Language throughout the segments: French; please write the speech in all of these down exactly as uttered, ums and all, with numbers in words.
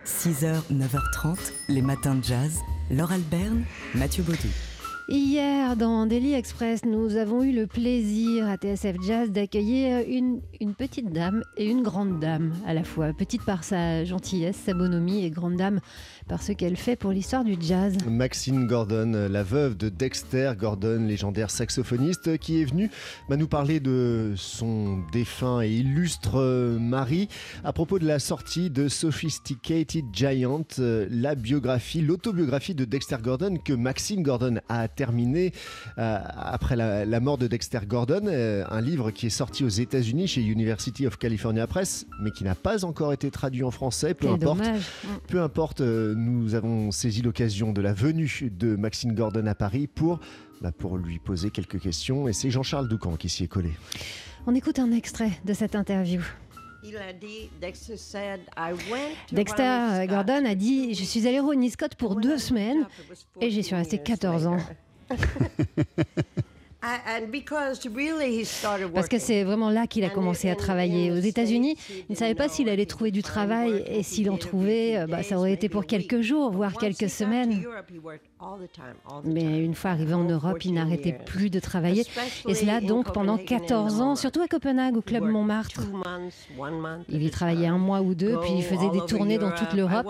six heures, neuf heures trente, les matins de jazz. Laure Alberne, Mathieu Baudou. Hier, dans Daily Express, nous avons eu le plaisir à T S F Jazz d'accueillir une, une petite dame et une grande dame à la fois. Petite par sa gentillesse, sa bonhomie, et grande dame par ce qu'elle fait pour l'histoire du jazz. Maxine Gordon, la veuve de Dexter Gordon, légendaire saxophoniste, qui est venue bah, nous parler de son défunt et illustre mari à propos de la sortie de Sophisticated Giant, la biographie, l'autobiographie de Dexter Gordon que Maxine Gordon a terminé euh, après la, la mort de Dexter Gordon, euh, un livre qui est sorti aux États-Unis chez University of California Press, mais qui n'a pas encore été traduit en français. Peu Quel importe. dommage. Peu importe. Euh, nous avons saisi l'occasion de la venue de Maxine Gordon à Paris pour, bah, pour lui poser quelques questions. Et c'est Jean-Charles Doucan qui s'y est collé. On écoute un extrait de cette interview. Il a dit, Dexter said, I went to Dexter Ronnie Scott. Gordon a dit « Je suis allé au Ronnie Scott pour deux semaines et j'y suis resté quatorze ans. » Parce que c'est vraiment là qu'il a commencé à travailler. Aux États-Unis, il ne savait pas s'il allait trouver du travail, et s'il en trouvait, bah, ça aurait été pour quelques jours, voire quelques semaines. Mais une fois arrivé en Europe, il n'arrêtait plus de travailler. Et cela donc pendant quatorze ans, surtout à Copenhague, au Club Montmartre. Il y travaillait un mois ou deux, puis il faisait des tournées dans toute l'Europe.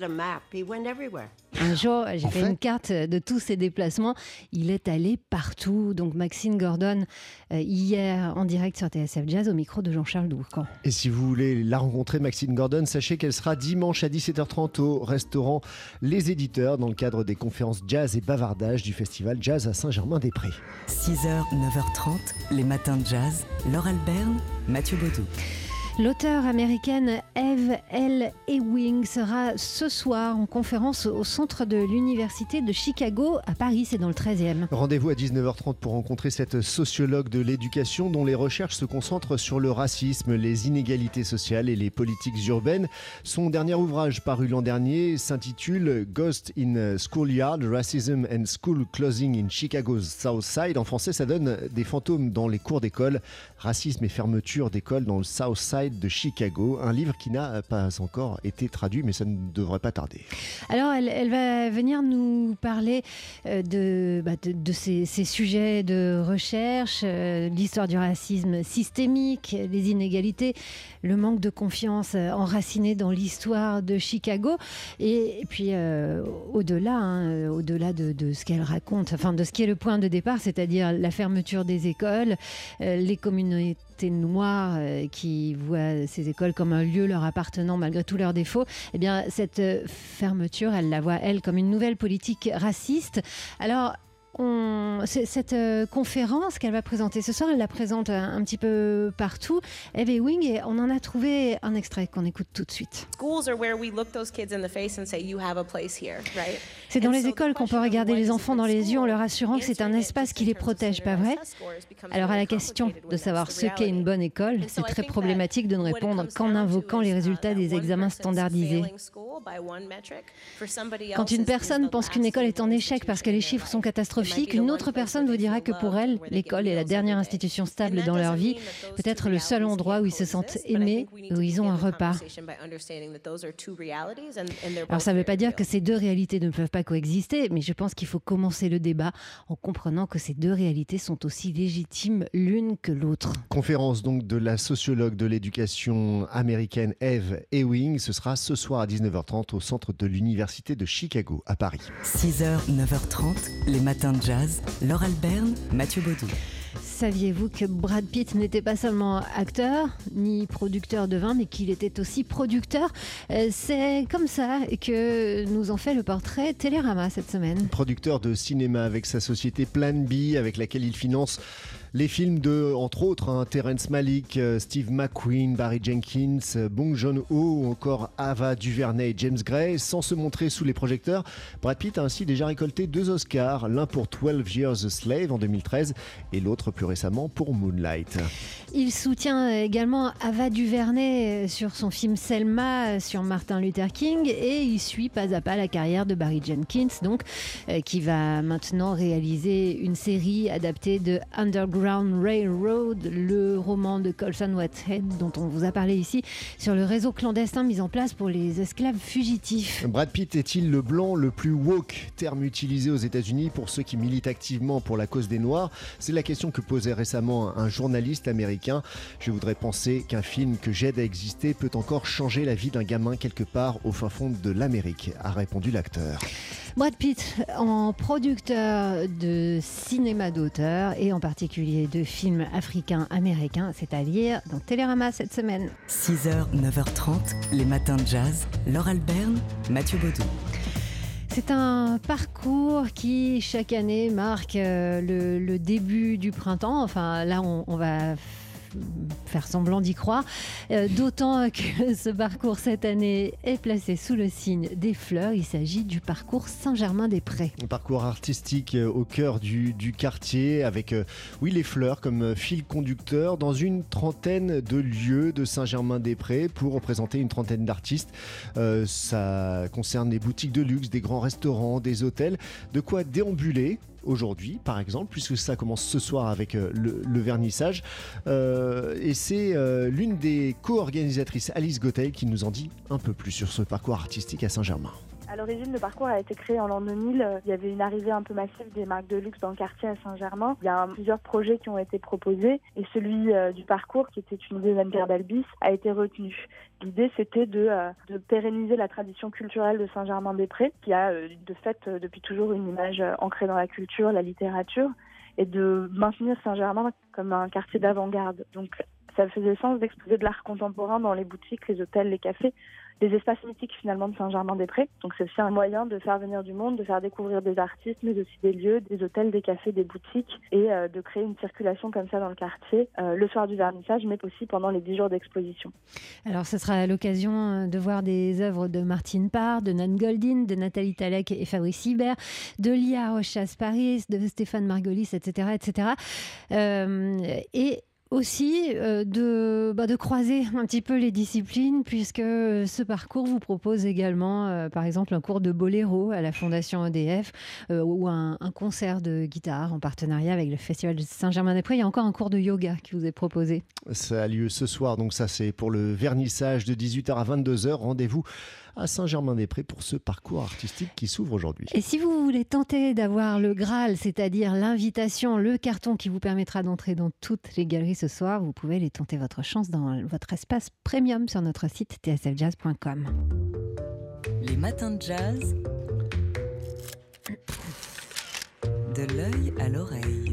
Un jour, j'ai En fait, fait, une carte de tous ses déplacements. Il est allé partout. Donc Maxine Gordon, euh, hier en direct sur T S F Jazz, au micro de Jean-Charles Doucan. Et si vous voulez la rencontrer, Maxine Gordon, sachez qu'elle sera dimanche à dix-sept heures trente au restaurant Les Éditeurs dans le cadre des conférences jazz et bavardage du festival Jazz à Saint-Germain-des-Prés. six heures, neuf heures trente, les matins de jazz. Laure Alberne, Mathieu Baudou. L'auteure américaine Eve L. Ewing sera ce soir en conférence au centre de l'Université de Chicago à Paris, c'est dans le treizième. Rendez-vous à dix-neuf heures trente pour rencontrer cette sociologue de l'éducation dont les recherches se concentrent sur le racisme, les inégalités sociales et les politiques urbaines. Son dernier ouvrage paru l'an dernier s'intitule Ghost in Schoolyard, Racism and School Closing in Chicago's South Side. En français, ça donne des fantômes dans les cours d'école, racisme et fermeture d'école dans le South Side de Chicago, un livre qui n'a pas encore été traduit, mais ça ne devrait pas tarder. Alors, elle, elle va venir nous parler euh, de, bah, de, de ces, ces sujets de recherche, euh, l'histoire du racisme systémique, les inégalités, le manque de confiance euh, enraciné dans l'histoire de Chicago, et, et puis euh, au-delà, hein, au-delà de, de ce qu'elle raconte, enfin de ce qui est le point de départ, c'est-à-dire la fermeture des écoles, euh, les communautés noirs euh, qui voient ces écoles comme un lieu leur appartenant malgré tous leurs défauts, eh bien cette euh, fermeture, elle la voit elle comme une nouvelle politique raciste. Alors On, cette euh, conférence qu'elle va présenter ce soir, elle la présente un, un petit peu partout. Eve Ewing, et on en a trouvé un extrait qu'on écoute tout de suite. C'est dans les écoles qu'on peut regarder les enfants dans les yeux en leur assurant que c'est un espace qui les protège, pas vrai? Alors à la question de savoir ce qu'est une bonne école, c'est très problématique de ne répondre qu'en invoquant les résultats des examens standardisés. Quand une personne pense qu'une école est en échec parce que les chiffres sont catastrophiques, une autre personne vous dira que pour elle, l'école est la dernière institution stable dans leur vie, peut-être le seul endroit où ils se sentent aimés, où ils ont un repas. Alors ça ne veut pas dire que ces deux réalités ne peuvent pas coexister, mais je pense qu'il faut commencer le débat en comprenant que ces deux réalités sont aussi légitimes l'une que l'autre. Conférence donc de la sociologue de l'éducation américaine Eve Ewing, ce sera ce soir à dix-neuf heures trente au centre de l'Université de Chicago à Paris. six heures, neuf heures trente, les matins de jazz. Laure Alberne, Mathieu Baudou. Saviez-vous que Brad Pitt n'était pas seulement acteur ni producteur de vin, mais qu'il était aussi producteur? C'est comme ça que nous en fait le portrait Télérama cette semaine. Producteur de cinéma avec sa société Plan B, avec laquelle il finance les films de, entre autres, hein, Terrence Malick, Steve McQueen, Barry Jenkins, Bong Joon-ho ou encore Ava DuVernay et James Gray. Sans se montrer sous les projecteurs, Brad Pitt a ainsi déjà récolté deux Oscars, l'un pour twelve Years a Slave en deux mille treize et l'autre plus récemment pour Moonlight. Il soutient également Ava DuVernay sur son film Selma sur Martin Luther King, et il suit pas à pas la carrière de Barry Jenkins, donc, euh, qui va maintenant réaliser une série adaptée de Underground Underground Railroad, le roman de Colson Whitehead dont on vous a parlé ici, sur le réseau clandestin mis en place pour les esclaves fugitifs. Brad Pitt est-il le blanc le plus woke, terme utilisé aux États-Unis pour ceux qui militent activement pour la cause des Noirs? C'est la question que posait récemment un journaliste américain. Je voudrais penser qu'un film que j'aide à exister peut encore changer la vie d'un gamin quelque part au fin fond de l'Amérique, a répondu l'acteur. Brad Pitt, en producteur de cinéma d'auteur et en particulier de films africains-américains, c'est à lire dans Télérama cette semaine. six heures, neuf heures trente, les matins de jazz. Laure Alberne, Mathieu Baudou. C'est un parcours qui, chaque année, marque euh, le, le début du printemps. Enfin, là, on, on va faire semblant d'y croire, euh, d'autant que ce parcours cette année est placé sous le signe des fleurs. Il s'agit du parcours Saint-Germain-des-Prés. Un parcours artistique au cœur du, du quartier avec euh, oui, les fleurs comme fil conducteur dans une trentaine de lieux de Saint-Germain-des-Prés pour représenter une trentaine d'artistes. Euh, ça concerne des boutiques de luxe, des grands restaurants, des hôtels, de quoi déambuler aujourd'hui, par exemple, puisque ça commence ce soir avec euh, le, le vernissage. Euh, et c'est euh, l'une des co-organisatrices, Alice Gautel, qui nous en dit un peu plus sur ce parcours artistique à Saint-Germain. À l'origine, le parcours a été créé en l'an deux mille. Il y avait une arrivée un peu massive des marques de luxe dans le quartier à Saint-Germain. Il y a un, plusieurs projets qui ont été proposés et celui euh, du parcours, qui était une idée d'Anne-Pierre Balbis, a été retenu. L'idée, c'était de, euh, de pérenniser la tradition culturelle de Saint-Germain-des-Prés, qui a euh, de fait euh, depuis toujours une image euh, ancrée dans la culture, la littérature, et de maintenir Saint-Germain comme un quartier d'avant-garde. Donc, ça faisait sens d'exposer de l'art contemporain dans les boutiques, les hôtels, les cafés, les espaces mythiques finalement de Saint-Germain-des-Prés. Donc c'est aussi un moyen de faire venir du monde, de faire découvrir des artistes, mais aussi des lieux, des hôtels, des cafés, des boutiques, et euh, de créer une circulation comme ça dans le quartier, euh, le soir du vernissage, mais aussi pendant les dix jours d'exposition. Alors ce sera l'occasion de voir des œuvres de Martine Parr, de Nan Goldin, de Nathalie Talek et Fabrice Hibert, de Lia Rochas-Paris, de Stéphane Margolis, et cetera et cetera. Euh, et aussi euh, de, bah, de croiser un petit peu les disciplines, puisque ce parcours vous propose également euh, par exemple un cours de boléro à la Fondation E D F euh, ou un, un concert de guitare en partenariat avec le Festival de Saint-Germain-des-Prés. Il y a encore un cours de yoga qui vous est proposé. Ça a lieu ce soir, donc ça c'est pour le vernissage de dix-huit heures à vingt-deux heures. Rendez-vous à Saint-Germain-des-Prés pour ce parcours artistique qui s'ouvre aujourd'hui. Et si vous voulez tenter d'avoir le Graal, c'est-à-dire l'invitation, le carton qui vous permettra d'entrer dans toutes les galeries ce soir, vous pouvez aller tenter votre chance dans votre espace premium sur notre site t s f jazz point com. Les matins de jazz. De l'œil à l'oreille.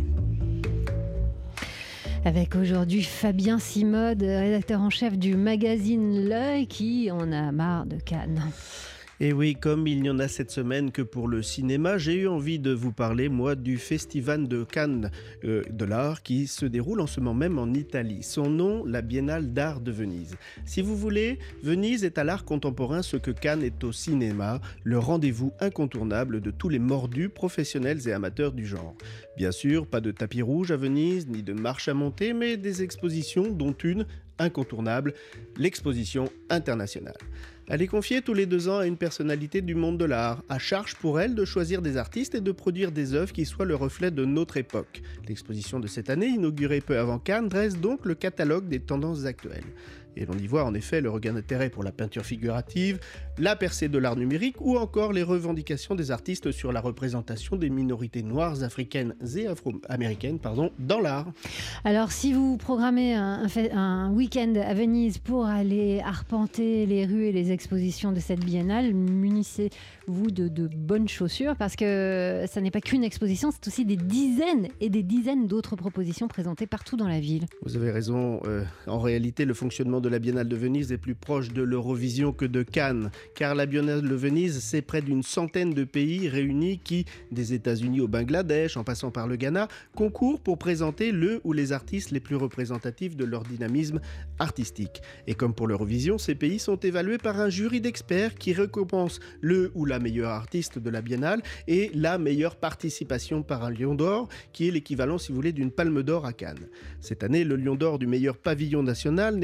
Avec aujourd'hui Fabien Simode, rédacteur en chef du magazine L'Œil, qui en a marre de Cannes. Et oui, comme il n'y en a cette semaine que pour le cinéma, j'ai eu envie de vous parler, moi, du Festival de Cannes euh, de l'art qui se déroule en ce moment même en Italie. Son nom, la Biennale d'art de Venise. Si vous voulez, Venise est à l'art contemporain ce que Cannes est au cinéma, le rendez-vous incontournable de tous les mordus, professionnels et amateurs du genre. Bien sûr, pas de tapis rouge à Venise, ni de marche à monter, mais des expositions, dont une incontournable, l'exposition internationale. Elle est confiée tous les deux ans à une personnalité du monde de l'art, à charge pour elle de choisir des artistes et de produire des œuvres qui soient le reflet de notre époque. L'exposition de cette année, inaugurée peu avant Cannes, dresse donc le catalogue des tendances actuelles. Et l'on y voit en effet le regain d'intérêt pour la peinture figurative, la percée de l'art numérique ou encore les revendications des artistes sur la représentation des minorités noires, africaines et afro-américaines pardon, dans l'art. Alors si vous programmez un, un, un week-end à Venise pour aller arpenter les rues et les expositions de cette biennale, munissez-vous de, de bonnes chaussures, parce que ça n'est pas qu'une exposition, c'est aussi des dizaines et des dizaines d'autres propositions présentées partout dans la ville. Vous avez raison, euh, en réalité le fonctionnement de la Biennale de Venise est plus proche de l'Eurovision que de Cannes, car la Biennale de Venise, c'est près d'une centaine de pays réunis qui, des États-Unis au Bangladesh, en passant par le Ghana, concourent pour présenter le ou les artistes les plus représentatifs de leur dynamisme artistique. Et comme pour l'Eurovision, ces pays sont évalués par un jury d'experts qui récompense le ou la meilleure artiste de la Biennale et la meilleure participation par un Lion d'Or, qui est l'équivalent, si vous voulez, d'une Palme d'Or à Cannes. Cette année, le Lion d'Or du meilleur pavillon national n'est pas allé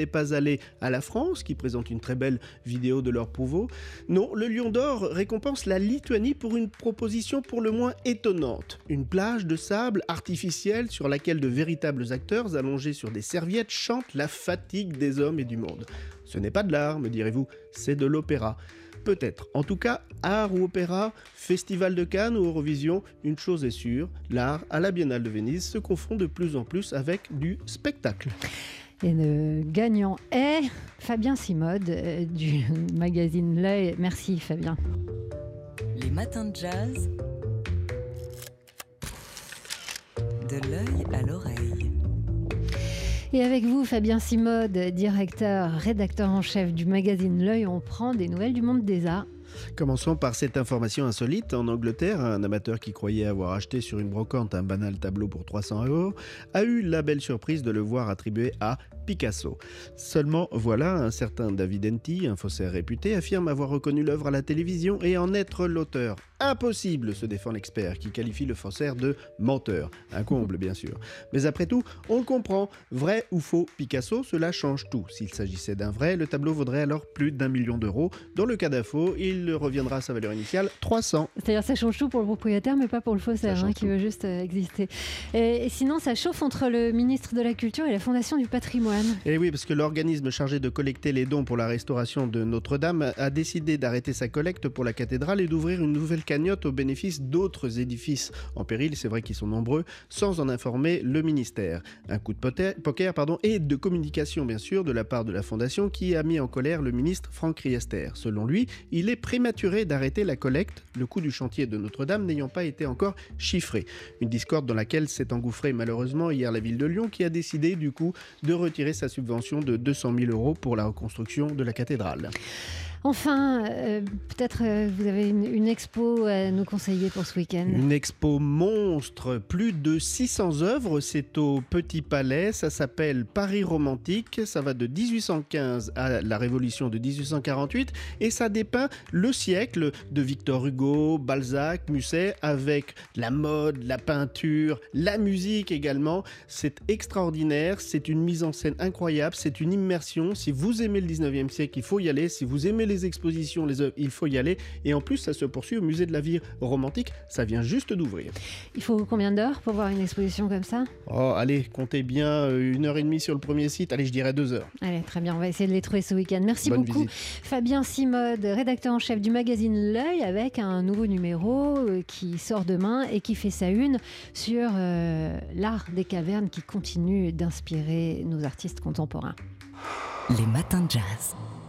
aller à la France, qui présente une très belle vidéo de leur prouveau. Non, le Lion d'Or récompense la Lituanie pour une proposition pour le moins étonnante. Une plage de sable artificielle sur laquelle de véritables acteurs allongés sur des serviettes chantent la fatigue des hommes et du monde. Ce n'est pas de l'art, me direz-vous, c'est de l'opéra. Peut-être. En tout cas, art ou opéra, Festival de Cannes ou Eurovision, une chose est sûre, l'art à la Biennale de Venise se confond de plus en plus avec du spectacle. Et le gagnant est Fabien Simode euh, du magazine L'Œil. Merci Fabien. Les matins de jazz. De l'œil à l'oreille. Et avec vous, Fabien Simode, directeur, rédacteur en chef du magazine L'Œil, on prend des nouvelles du monde des arts. Commençons par cette information insolite. En Angleterre, un amateur qui croyait avoir acheté sur une brocante un banal tableau pour trois cents euros a eu la belle surprise de le voir attribué à Picasso. Seulement, voilà, un certain David Henty, un faussaire réputé, affirme avoir reconnu l'œuvre à la télévision et en être l'auteur. Impossible, se défend l'expert, qui qualifie le faussaire de menteur. Un comble, bien sûr. Mais après tout, on le comprend. Vrai ou faux Picasso, cela change tout. S'il s'agissait d'un vrai, le tableau vaudrait alors plus d'un million d'euros. Dans le cas d'un faux, il reviendra à sa valeur initiale, trois cents. C'est-à-dire ça change tout pour le propriétaire, mais pas pour le faussaire, hein, qui veut juste euh, exister. Et, et sinon, ça chauffe entre le ministre de la Culture et la Fondation du Patrimoine. Et oui, parce que l'organisme chargé de collecter les dons pour la restauration de Notre-Dame a décidé d'arrêter sa collecte pour la cathédrale et d'ouvrir une nouvelle cagnotte au bénéfice d'autres édifices en péril, c'est vrai qu'ils sont nombreux, sans en informer le ministère. Un coup de poter, poker pardon, et de communication bien sûr de la part de la Fondation qui a mis en colère le ministre Franck Riester. Selon lui, il est prématuré d'arrêter la collecte, le coût du chantier de Notre-Dame n'ayant pas été encore chiffré. Une discorde dans laquelle s'est engouffrée malheureusement hier la ville de Lyon qui a décidé du coup de retirer sa subvention de deux cent mille euros pour la reconstruction de la cathédrale. Enfin, euh, peut-être euh, vous avez une, une expo à nous conseiller pour ce week-end. Une expo monstre, plus de six cents œuvres, c'est au Petit Palais, ça s'appelle Paris romantique, ça va de dix-huit cent quinze à la Révolution de dix-huit cent quarante-huit et ça dépeint le siècle de Victor Hugo, Balzac, Musset avec la mode, la peinture, la musique également. C'est extraordinaire, c'est une mise en scène incroyable, c'est une immersion. Si vous aimez le dix-neuvième siècle, il faut y aller. Si vous aimez les expositions, les œuvres, il faut y aller. Et en plus, ça se poursuit au musée de la vie romantique. Ça vient juste d'ouvrir. Il faut combien d'heures pour voir une exposition comme ça ? Oh, allez, comptez bien une heure et demie sur le premier site. Allez, je dirais deux heures. Allez, très bien. On va essayer de les trouver ce week-end. Merci Bonne beaucoup, visite. Fabien Simode, rédacteur en chef du magazine L'Œil, avec un nouveau numéro qui sort demain et qui fait sa une sur euh, l'art des cavernes qui continue d'inspirer nos artistes contemporains. Les matins de jazz.